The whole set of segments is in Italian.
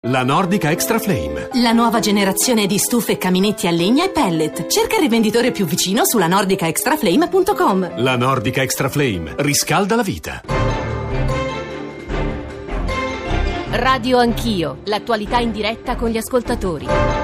La Nordica Extra Flame. La nuova generazione di stufe e caminetti a legna e pellet. Cerca il rivenditore più vicino sulla nordicaextraflame.com. La Nordica Extra Flame riscalda la vita. Radio Anch'io, l'attualità in diretta con gli ascoltatori.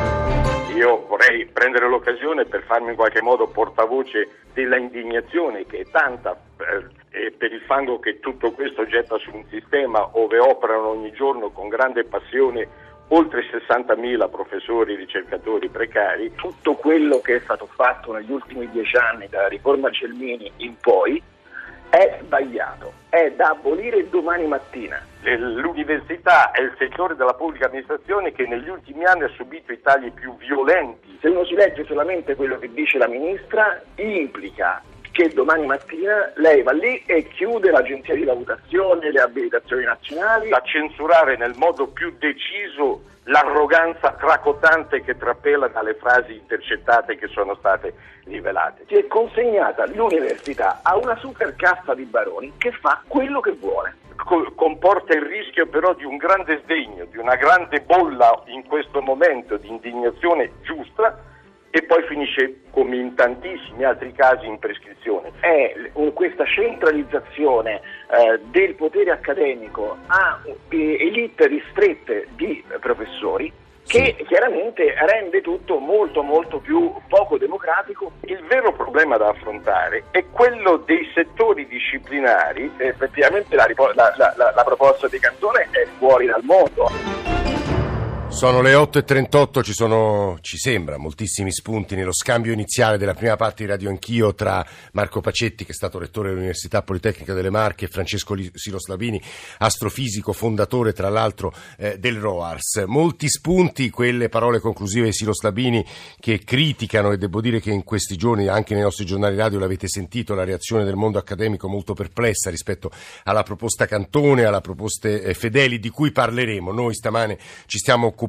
Io vorrei prendere l'occasione per farmi in qualche modo portavoce della indignazione, che è tanta per il fango che tutto questo getta su un sistema dove operano ogni giorno con grande passione oltre 60.000 professori, ricercatori precari. Tutto quello che è stato fatto negli ultimi 10 anni, dalla riforma Gelmini in poi, è sbagliato, è da abolire domani mattina. L'università è il settore della pubblica amministrazione che negli ultimi anni ha subito i tagli più violenti. Se uno si legge solamente quello che dice la ministra, implica che domani mattina lei va lì e chiude l'agenzia di valutazione, le abilitazioni nazionali, da censurare nel modo più deciso l'arroganza tracotante che trapela dalle frasi intercettate che sono state rivelate. Si è consegnata l'università a una super cassa di baroni che fa quello che vuole. Comporta il rischio però di un grande sdegno, di una grande bolla in questo momento di indignazione giusta, e poi finisce, come in tantissimi altri casi, in prescrizione. È questa centralizzazione del potere accademico a elite ristrette di professori che chiaramente rende tutto molto molto più poco democratico. Il vero problema da affrontare è quello dei settori disciplinari. Effettivamente la proposta di Cantone è fuori dal mondo. Sono le 8.38, ci sembra, moltissimi spunti nello scambio iniziale della prima parte di Radio Anch'io tra Marco Pacetti, che è stato rettore dell'Università Politecnica delle Marche, e Francesco Siloslabini, astrofisico, fondatore tra l'altro del ROARS. Molti spunti, quelle parole conclusive di Siloslabini che criticano, e devo dire che in questi giorni anche nei nostri giornali radio l'avete sentito, la reazione del mondo accademico molto perplessa rispetto alla proposta Cantone, alla proposte Fedeli, di cui parleremo. Noi stamane ci stiamo occupando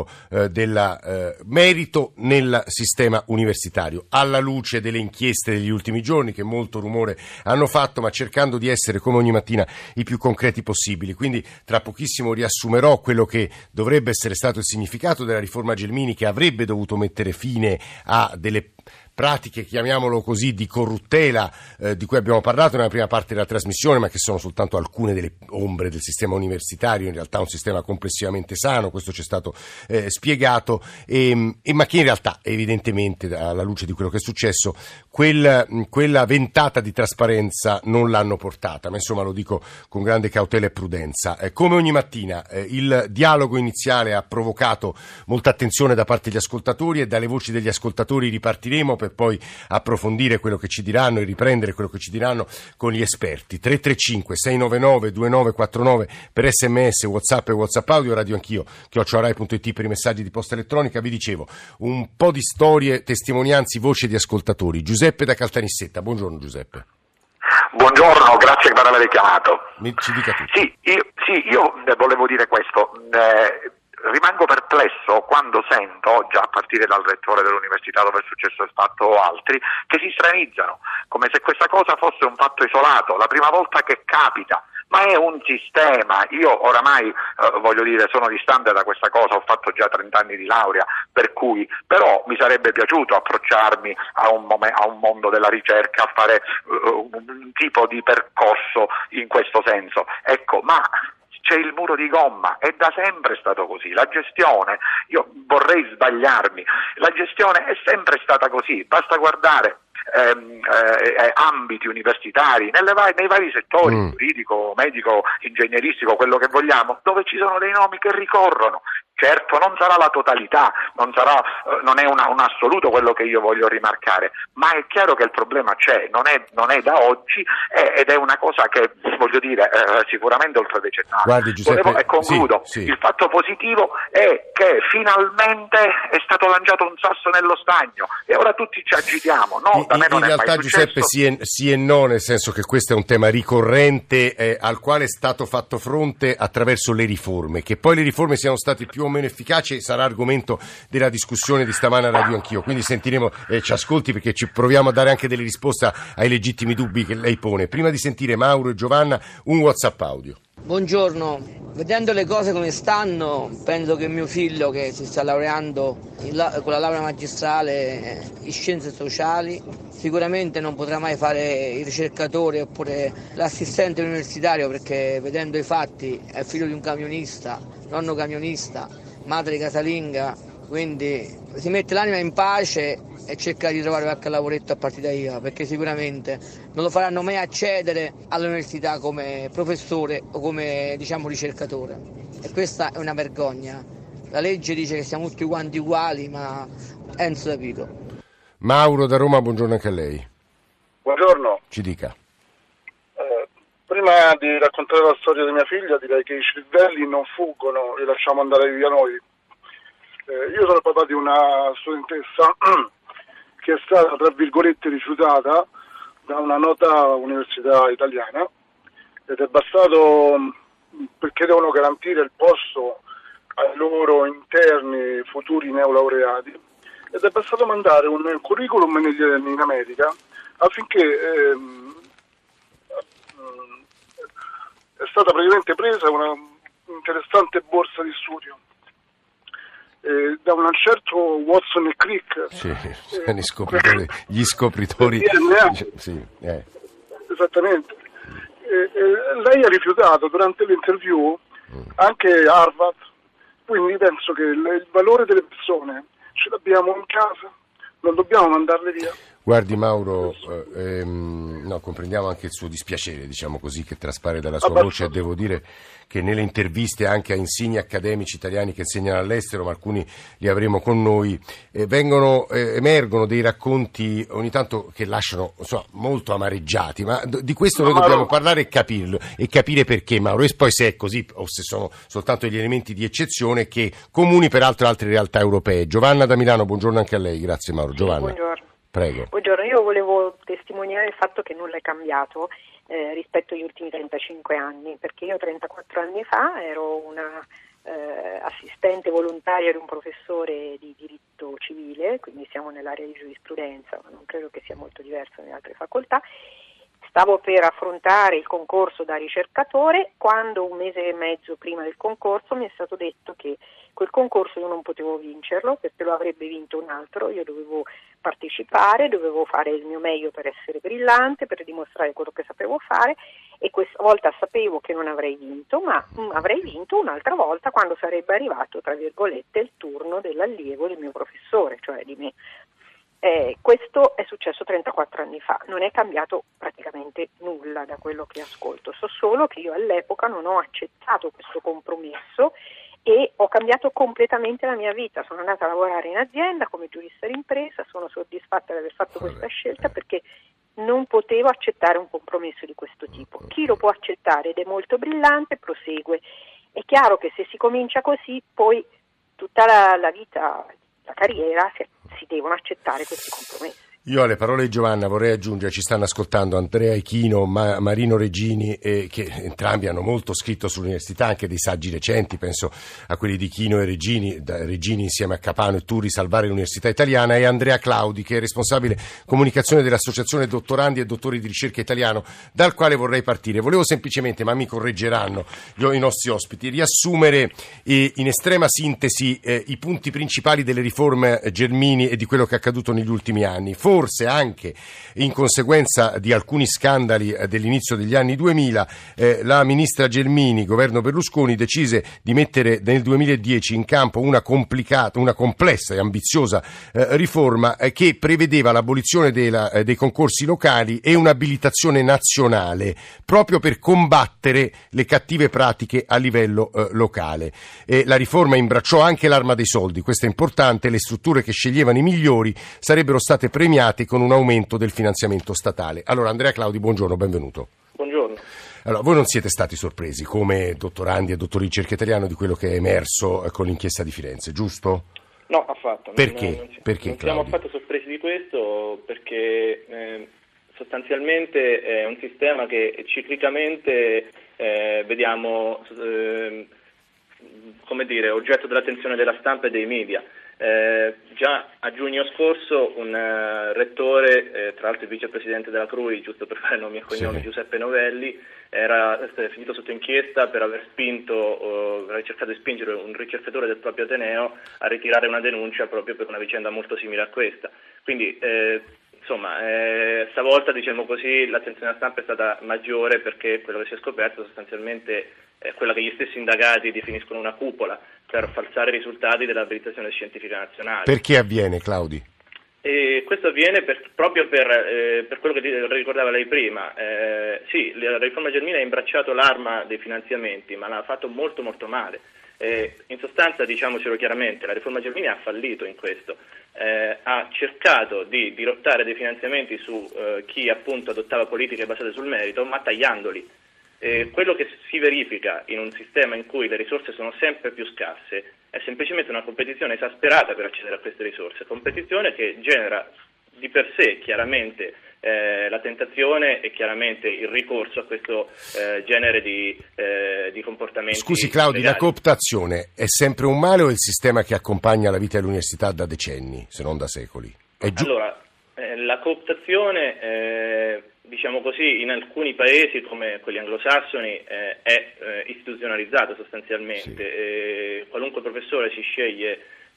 del merito nel sistema universitario, alla luce delle inchieste degli ultimi giorni che molto rumore hanno fatto, ma cercando di essere come ogni mattina i più concreti possibili. Quindi tra pochissimo riassumerò quello che dovrebbe essere stato il significato della riforma Gelmini, che avrebbe dovuto mettere fine a delle pratiche, chiamiamolo così, di corruttela di cui abbiamo parlato nella prima parte della trasmissione, ma che sono soltanto alcune delle ombre del sistema universitario, in realtà un sistema complessivamente sano, questo ci è stato spiegato, ma che in realtà evidentemente alla luce di quello che è successo quella ventata di trasparenza non l'hanno portata, ma insomma lo dico con grande cautela e prudenza. Come ogni mattina il dialogo iniziale ha provocato molta attenzione da parte degli ascoltatori, e dalle voci degli ascoltatori ripartiremo per poi approfondire quello che ci diranno e riprendere quello che ci diranno con gli esperti. 335-699-2949 per SMS, WhatsApp e WhatsApp audio, Radio Anch'io @rai.it per i messaggi di posta elettronica. Vi dicevo, un po' di storie, testimonianze, voci di ascoltatori. Giuseppe da Caltanissetta, buongiorno Giuseppe. Buongiorno, grazie per aver chiamato. Ci dica tutto. Io volevo dire questo. Rimango perplesso quando sento, già a partire dal rettore dell'università dove il successo è stato o altri, che si stranizzano, come se questa cosa fosse un fatto isolato, la prima volta che capita. Ma è un sistema. Io oramai sono distante da questa cosa, ho fatto già 30 anni di laurea, per cui però mi sarebbe piaciuto approcciarmi a un mondo della ricerca, a fare un tipo di percorso in questo senso. Ecco, ma c'è il muro di gomma, è da sempre stato così. La gestione, io vorrei sbagliarmi, la gestione è sempre stata così, basta guardare ambiti universitari nei vari settori, giuridico, medico, ingegneristico, quello che vogliamo, dove ci sono dei nomi che ricorrono. Certo, non sarà la totalità, non è un assoluto quello che io voglio rimarcare, ma è chiaro che il problema c'è, non è da oggi, ed è una cosa che, sicuramente oltredecennale. Guardi Giuseppe, e concludo, sì. Il fatto positivo è che finalmente è stato lanciato un sasso nello stagno e ora tutti ci agitiamo. No, da me non in è realtà mai successo. Giuseppe sì e no, nel senso che questo è un tema ricorrente al quale è stato fatto fronte attraverso le riforme, che poi le riforme siano state più o meno efficace sarà argomento della discussione di stamane a Radio Anch'io, quindi sentiremo, ci ascolti perché ci proviamo a dare anche delle risposte ai legittimi dubbi che lei pone. Prima di sentire Mauro e Giovanna, un WhatsApp audio. Buongiorno, vedendo le cose come stanno, penso che mio figlio, che si sta laureando con la laurea magistrale in scienze sociali, sicuramente non potrà mai fare il ricercatore oppure l'assistente universitario, perché vedendo i fatti è figlio di un camionista, nonno camionista, madre casalinga, quindi si mette l'anima in pace e cerca di trovare qualche lavoretto a partita IVA, perché sicuramente non lo faranno mai accedere all'università come professore o come, ricercatore, e questa è una vergogna. La legge dice che siamo tutti quanti uguali, ma è insabito. Mauro da Roma, buongiorno anche a lei. Buongiorno. Ci dica. Prima di raccontare la storia di mia figlia, direi che i cervelli non fuggono, li lasciamo andare via noi. Io sono il papà di una studentessa che è stata, tra virgolette, rifiutata da una nota università italiana, ed è bastato, perché devono garantire il posto ai loro interni futuri neolaureati, ed è bastato mandare un curriculum in America affinché è stata praticamente presa una interessante borsa di studio da un certo Watson e Crick. Sì, gli scopritori. Sì, Esattamente. Lei ha rifiutato durante l'interview anche Harvard, quindi penso che il valore delle persone ce l'abbiamo in casa, non dobbiamo mandarle via. Guardi Mauro, comprendiamo anche il suo dispiacere, diciamo così, che traspare dalla sua voce, e devo dire che nelle interviste anche a insigni accademici italiani che insegnano all'estero, ma alcuni li avremo con noi, emergono dei racconti ogni tanto che lasciano molto amareggiati, ma di questo noi dobbiamo parlare e capirlo, e capire perché, Mauro, e poi se è così o se sono soltanto degli elementi di eccezione che comuni peraltro altre realtà europee. Giovanna da Milano, buongiorno anche a lei. Grazie Mauro. Giovanna. Buongiorno. Prego. Buongiorno, io volevo testimoniare il fatto che nulla è cambiato rispetto agli ultimi 35 anni, perché io 34 anni fa ero una assistente volontaria di un professore di diritto civile, quindi siamo nell'area di giurisprudenza, ma non credo che sia molto diverso nelle altre facoltà. Stavo per affrontare il concorso da ricercatore quando, un mese e mezzo prima del concorso, mi è stato detto che quel concorso io non potevo vincerlo perché lo avrebbe vinto un altro. Io dovevo partecipare, dovevo fare il mio meglio per essere brillante, per dimostrare quello che sapevo fare, e questa volta sapevo che non avrei vinto, ma avrei vinto un'altra volta quando sarebbe arrivato, tra virgolette, il turno dell'allievo del mio professore, cioè di me. Questo è successo 34 anni fa, non è cambiato praticamente nulla da quello che ascolto, so solo che io all'epoca non ho accettato questo compromesso e ho cambiato completamente la mia vita. Sono andata a lavorare in azienda come giurista d'impresa, sono soddisfatta di aver fatto questa scelta perché non potevo accettare un compromesso di questo tipo. Chi lo può accettare ed è molto brillante prosegue. È chiaro che se si comincia così, poi tutta la vita, la carriera, si devono accettare questi compromessi. Io alle parole di Giovanna vorrei aggiungere, ci stanno ascoltando Andrea Ichino, Marino Regini, che entrambi hanno molto scritto sull'università, anche dei saggi recenti, penso a quelli di Ichino e Regini insieme a Capano e Turri, Salvare l'Università Italiana, e Andrea Claudi, che è responsabile comunicazione dell'Associazione Dottorandi e Dottori di Ricerca Italiano, dal quale vorrei partire. Volevo semplicemente, ma mi correggeranno i nostri ospiti, riassumere in estrema sintesi i punti principali delle riforme Gelmini e di quello che è accaduto negli ultimi anni. Forse anche in conseguenza di alcuni scandali dell'inizio degli anni 2000, la ministra Gelmini, governo Berlusconi, decise di mettere nel 2010 in campo una complessa e ambiziosa riforma che prevedeva l'abolizione dei concorsi locali e un'abilitazione nazionale, proprio per combattere le cattive pratiche a livello locale. La riforma imbracciò anche l'arma dei soldi, questo è importante, le strutture che sceglievano i migliori sarebbero state premiate con un aumento del finanziamento statale. Allora, Andrea Claudi, buongiorno, benvenuto. Buongiorno. Allora, voi non siete stati sorpresi come dottorandi e dottori di ricerca italiano di quello che è emerso con l'inchiesta di Firenze, giusto? No, affatto. Perché? Non siamo affatto sorpresi di questo, perché sostanzialmente è un sistema che ciclicamente vediamo oggetto dell'attenzione della stampa e dei media. Già a giugno scorso un rettore, tra l'altro il vicepresidente della CRUI, giusto per fare nomi e cognomi, sì, Giuseppe Novelli, era finito sotto inchiesta per aver cercato di spingere un ricercatore del proprio ateneo a ritirare una denuncia proprio per una vicenda molto simile a questa. Quindi stavolta, diciamo così, l'attenzione della stampa è stata maggiore, perché quello che si è scoperto sostanzialmente è quella che gli stessi indagati definiscono una cupola per falsare i risultati dell'abilitazione scientifica nazionale. Perché avviene, Claudi? Questo avviene proprio per quello che ricordava lei prima. Sì, la riforma Gelmini ha imbracciato l'arma dei finanziamenti, ma l'ha fatto molto molto male. In sostanza, diciamocelo chiaramente, la riforma Gelmini ha fallito in questo. Ha cercato di dirottare dei finanziamenti su chi appunto adottava politiche basate sul merito, ma tagliandoli. Quello che si verifica in un sistema in cui le risorse sono sempre più scarse è semplicemente una competizione esasperata per accedere a queste risorse, competizione che genera di per sé chiaramente la tentazione e chiaramente il ricorso a questo genere di comportamenti. Scusi Claudi, legali. La cooptazione è sempre un male o è il sistema che accompagna la vita dell'università da decenni, se non da secoli? Allora, la cooptazione diciamo così, in alcuni paesi come quelli anglosassoni è istituzionalizzata sostanzialmente. Sì. Qualunque professore si sceglie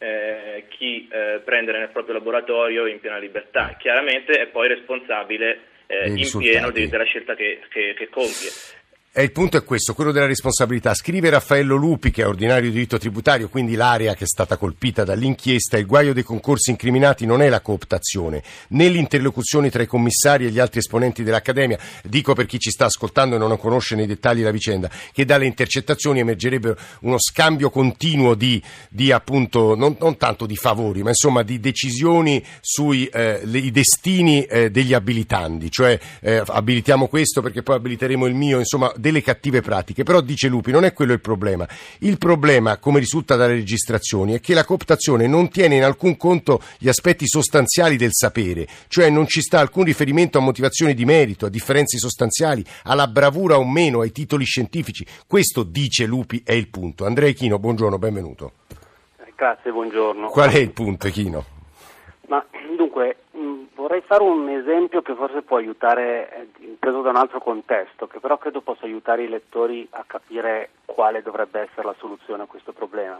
chi prendere nel proprio laboratorio in piena libertà. Chiaramente è poi responsabile in pieno della scelta che compie. Il punto è questo, quello della responsabilità. Scrive Raffaello Lupi, che è ordinario di diritto tributario, quindi l'area che è stata colpita dall'inchiesta. Il guaio dei concorsi incriminati non è la cooptazione, né l'interlocuzione tra i commissari e gli altri esponenti dell'Accademia. Dico per chi ci sta ascoltando e non conosce nei dettagli la vicenda, che dalle intercettazioni emergerebbe uno scambio continuo di appunto, non tanto di favori, ma insomma di decisioni sui i destini degli abilitandi, cioè abilitiamo questo perché poi abiliteremo il mio, insomma delle cattive pratiche. Però dice Lupi, non è quello il problema. Il problema, come risulta dalle registrazioni, è che la cooptazione non tiene in alcun conto gli aspetti sostanziali del sapere, cioè non ci sta alcun riferimento a motivazioni di merito, a differenze sostanziali, alla bravura o meno, ai titoli scientifici. Questo, dice Lupi, è il punto. Andrea Ichino, buongiorno, benvenuto. Grazie, buongiorno. Qual è il punto, Ichino? Ma dunque, vorrei fare un esempio che forse può aiutare, preso da un altro contesto, che però credo possa aiutare i lettori a capire quale dovrebbe essere la soluzione a questo problema.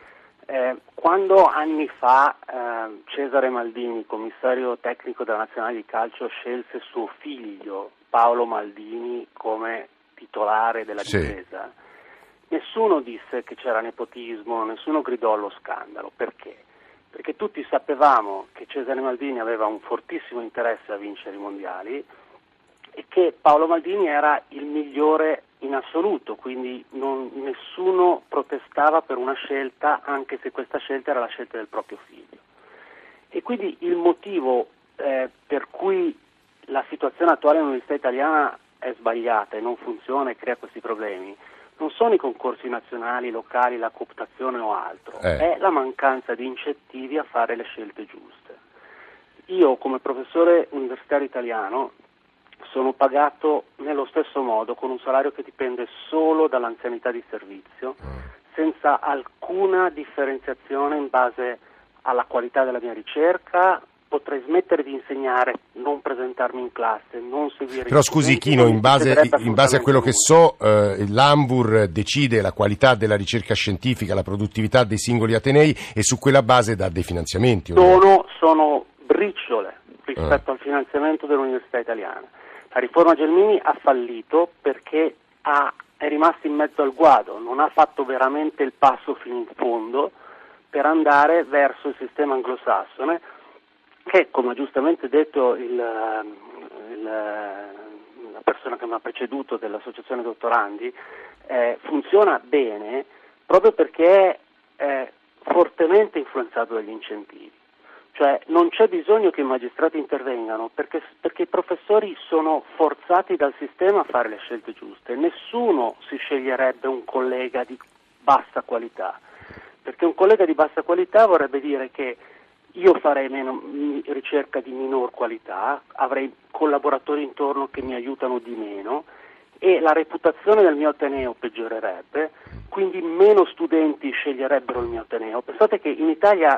Quando anni fa Cesare Maldini, commissario tecnico della Nazionale di Calcio, scelse suo figlio Paolo Maldini come titolare della difesa, nessuno disse che c'era nepotismo, nessuno gridò allo scandalo. Perché? Perché tutti sapevamo che Cesare Maldini aveva un fortissimo interesse a vincere i mondiali e che Paolo Maldini era il migliore in assoluto, quindi nessuno protestava per una scelta, anche se questa scelta era la scelta del proprio figlio. E quindi il motivo per cui la situazione attuale nell'università italiana è sbagliata e non funziona e crea questi problemi non sono i concorsi nazionali, locali, la cooptazione o altro, è la mancanza di incentivi a fare le scelte giuste. Io come professore universitario italiano sono pagato nello stesso modo con un salario che dipende solo dall'anzianità di servizio, senza alcuna differenziazione in base alla qualità della mia ricerca. Potrei smettere di insegnare, non presentarmi in classe, non seguire. Però scusi Chino, in base a quello che so, l'Anvur decide la qualità della ricerca scientifica, la produttività dei singoli atenei e su quella base dà dei finanziamenti. Sono briciole rispetto al finanziamento dell'università italiana. La riforma Gelmini ha fallito perché è rimasta in mezzo al guado, non ha fatto veramente il passo fino in fondo per andare verso il sistema anglosassone, che, come ha giustamente detto la persona che mi ha preceduto dell'associazione dottorandi, funziona bene proprio perché è fortemente influenzato dagli incentivi. Cioè non c'è bisogno che i magistrati intervengano perché i professori sono forzati dal sistema a fare le scelte giuste. Nessuno si sceglierebbe un collega di bassa qualità, perché un collega di bassa qualità vorrebbe dire che io farei ricerca di minor qualità, avrei collaboratori intorno che mi aiutano di meno e la reputazione del mio ateneo peggiorerebbe, quindi meno studenti sceglierebbero il mio ateneo. Pensate che in Italia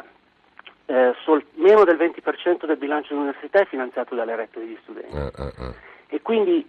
meno del 20% del bilancio dell'università è finanziato dalle rette degli studenti e quindi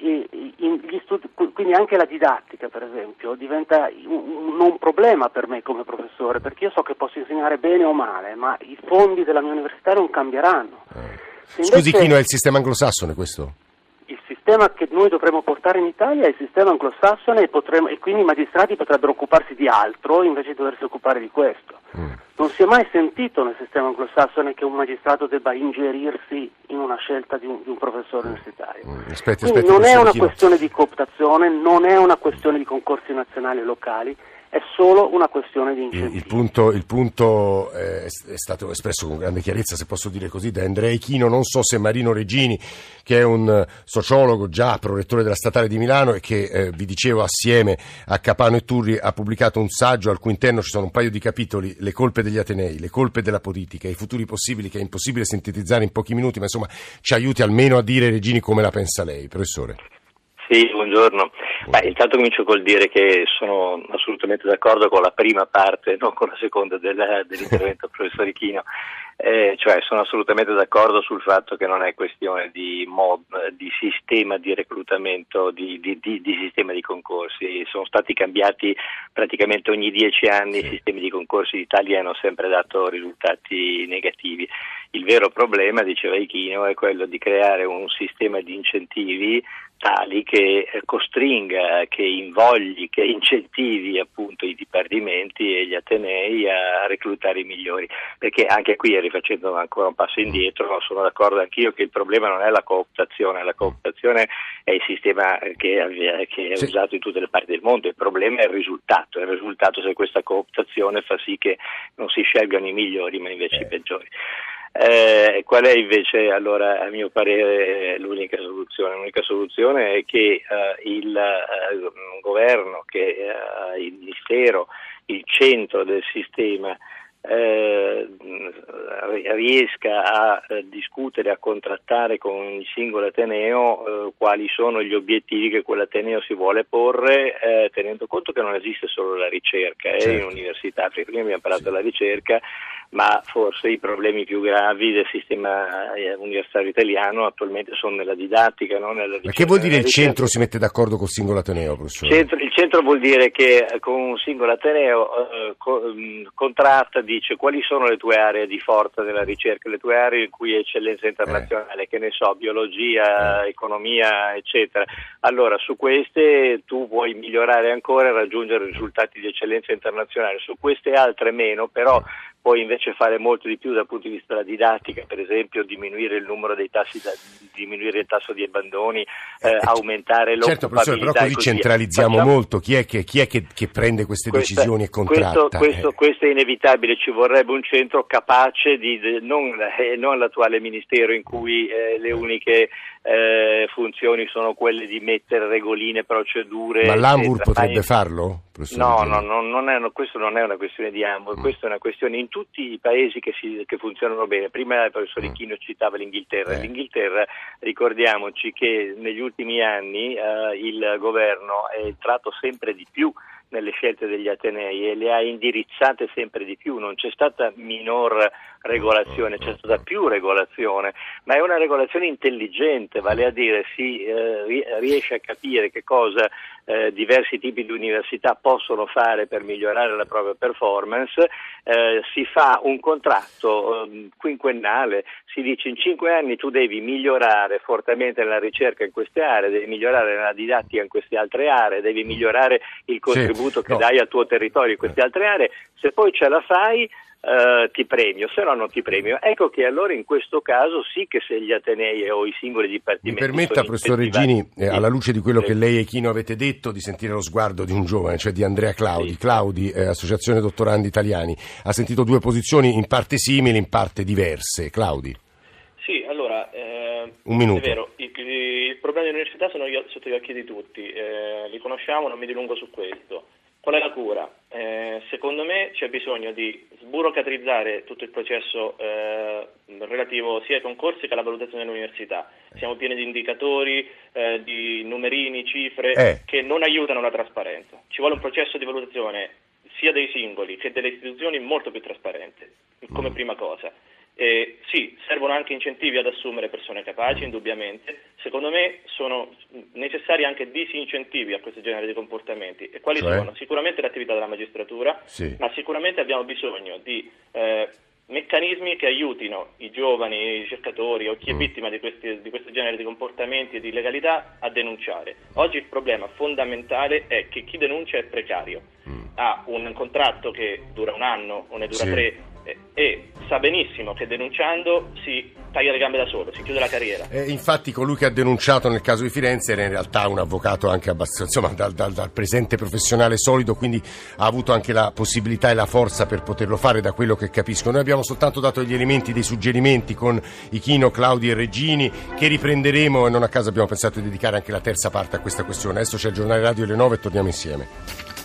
quindi anche la didattica, per esempio, diventa un problema per me come professore, perché io so che posso insegnare bene o male, ma i fondi della mia università non cambieranno. Scusi, Chino, è il sistema anglosassone questo? Il sistema che noi dovremmo portare in Italia è il sistema anglosassone e quindi i magistrati potrebbero occuparsi di altro invece di doversi occupare di questo. Non si è mai sentito nel sistema anglosassone che un magistrato debba ingerirsi in una scelta di un professore universitario. Quindi non è una questione di cooptazione, non è una questione di concorsi nazionali e locali, è solo una questione di incentivi. Il punto è stato espresso con grande chiarezza, se posso dire così, da Andrea Chino. Non so se Marino Regini, che è un sociologo già prorettore della Statale di Milano e che vi dicevo assieme a Capano e Turri ha pubblicato un saggio al cui interno ci sono un paio di capitoli: le colpe degli atenei, le colpe della politica, i futuri possibili, che è impossibile sintetizzare in pochi minuti, ma insomma ci aiuti almeno a dire, Regini, come la pensa lei, professore. Sì, buongiorno. Intanto comincio col dire che sono assolutamente d'accordo con la prima parte, non con la seconda dell'intervento del professor Ichino. Cioè sono assolutamente d'accordo sul fatto che non è questione di sistema di reclutamento, di sistema di concorsi. Sono stati cambiati praticamente ogni 10 anni i sistemi di concorsi d'Italia e hanno sempre dato risultati negativi. Il vero problema, diceva Ichino, è quello di creare un sistema di incentivi tali che costringa, che invogli, che incentivi appunto i dipartimenti e gli atenei a reclutare i migliori, perché anche qui, rifacendo ancora un passo indietro, sono d'accordo anch'io che il problema non è la cooptazione è il sistema che è usato in tutte le parti del mondo, il problema è il risultato se questa cooptazione fa sì che non si scelgano i migliori ma invece i peggiori. Qual è invece, allora, a mio parere, l'unica soluzione? L'unica soluzione è che il governo, che il Ministero, il centro del sistema riesca a discutere, a contrattare con il singolo ateneo quali sono gli obiettivi che quell'ateneo si vuole porre, tenendo conto che non esiste solo la ricerca in università, perché prima abbiamo parlato della ricerca, ma forse i problemi più gravi del sistema universitario italiano attualmente sono nella didattica, non nella ricerca. Ma che vuol dire il centro si mette d'accordo col singolo ateneo, professore? Il centro vuol dire che con un singolo ateneo contratta, dice quali sono le tue aree di forza della ricerca, le tue aree in cui è eccellenza internazionale, che ne so, biologia, economia, eccetera. Allora su queste tu puoi migliorare ancora e raggiungere risultati di eccellenza internazionale, su queste altre meno, però puoi invece fare molto di più dal punto di vista della didattica, per esempio diminuire il numero dei diminuire il tasso di abbandoni, aumentare l'occupabilità. Certo, professore, però così centralizziamo molto. Chi è che prende queste decisioni e contratta? Questo è inevitabile, ci vorrebbe un centro capace non l'attuale ministero in cui le uniche funzioni sono quelle di mettere regoline, procedure. Ma l'Anvur potrebbe farlo? No, questo non è una questione di Anvur, questa è una questione in tutti i paesi che funzionano bene. Prima il professor Ichino citava l'Inghilterra. L'Inghilterra, ricordiamoci che negli ultimi anni il governo è entrato sempre di più nelle scelte degli atenei e le ha indirizzate sempre di più, non c'è stata minor regolazione, c'è stata più regolazione, ma è una regolazione intelligente, vale a dire si riesce a capire che cosa diversi tipi di università possono fare per migliorare la propria performance, si fa un contratto quinquennale, si dice in 5 anni tu devi migliorare fortemente nella ricerca in queste aree, devi migliorare nella didattica in queste altre aree, devi migliorare il contributo che dai al tuo territorio in queste altre aree, se poi ce la fai ti premio, se no non ti premio. Ecco che allora in questo caso sì che se gli atenei o i singoli dipartimenti... Mi permetta, professor Regini, alla luce di quello che lei e Chino avete detto, di sentire lo sguardo di un giovane, cioè di Andrea Claudi. Claudi, Associazione Dottorandi Italiani, ha sentito due posizioni in parte simili, in parte diverse. Claudi. Sì, allora, un minuto. È vero, il problema dell'università sono sotto gli occhi di tutti, li conosciamo, non mi dilungo su questo. Qual è la cura? Secondo me c'è bisogno di sburocratizzare tutto il processo relativo sia ai concorsi che alla valutazione dell'università. Siamo pieni di indicatori, di numerini, cifre che non aiutano la trasparenza. Ci vuole un processo di valutazione sia dei singoli che delle istituzioni molto più trasparente, come prima cosa. Sì, servono anche incentivi ad assumere persone capaci, indubbiamente. Secondo me sono necessari anche disincentivi a questo genere di comportamenti. E quali sono? Sicuramente l'attività della magistratura, ma sicuramente abbiamo bisogno di meccanismi che aiutino i giovani, i ricercatori o chi è vittima di questo genere di comportamenti e di illegalità a denunciare. Oggi il problema fondamentale è che chi denuncia è precario, ha un contratto che dura 1 anno o ne dura 3 e sa benissimo che denunciando si taglia le gambe da solo, si chiude la carriera. Infatti colui che ha denunciato nel caso di Firenze era in realtà un avvocato anche abbastanza, insomma, dal presente professionale solido, quindi ha avuto anche la possibilità e la forza per poterlo fare, da quello che capisco. Noi abbiamo soltanto dato degli elementi, dei suggerimenti con Ichino, Claudi e Regini, che riprenderemo, e non a caso abbiamo pensato di dedicare anche la terza parte a questa questione. Adesso c'è il giornale radio alle 9 e torniamo insieme.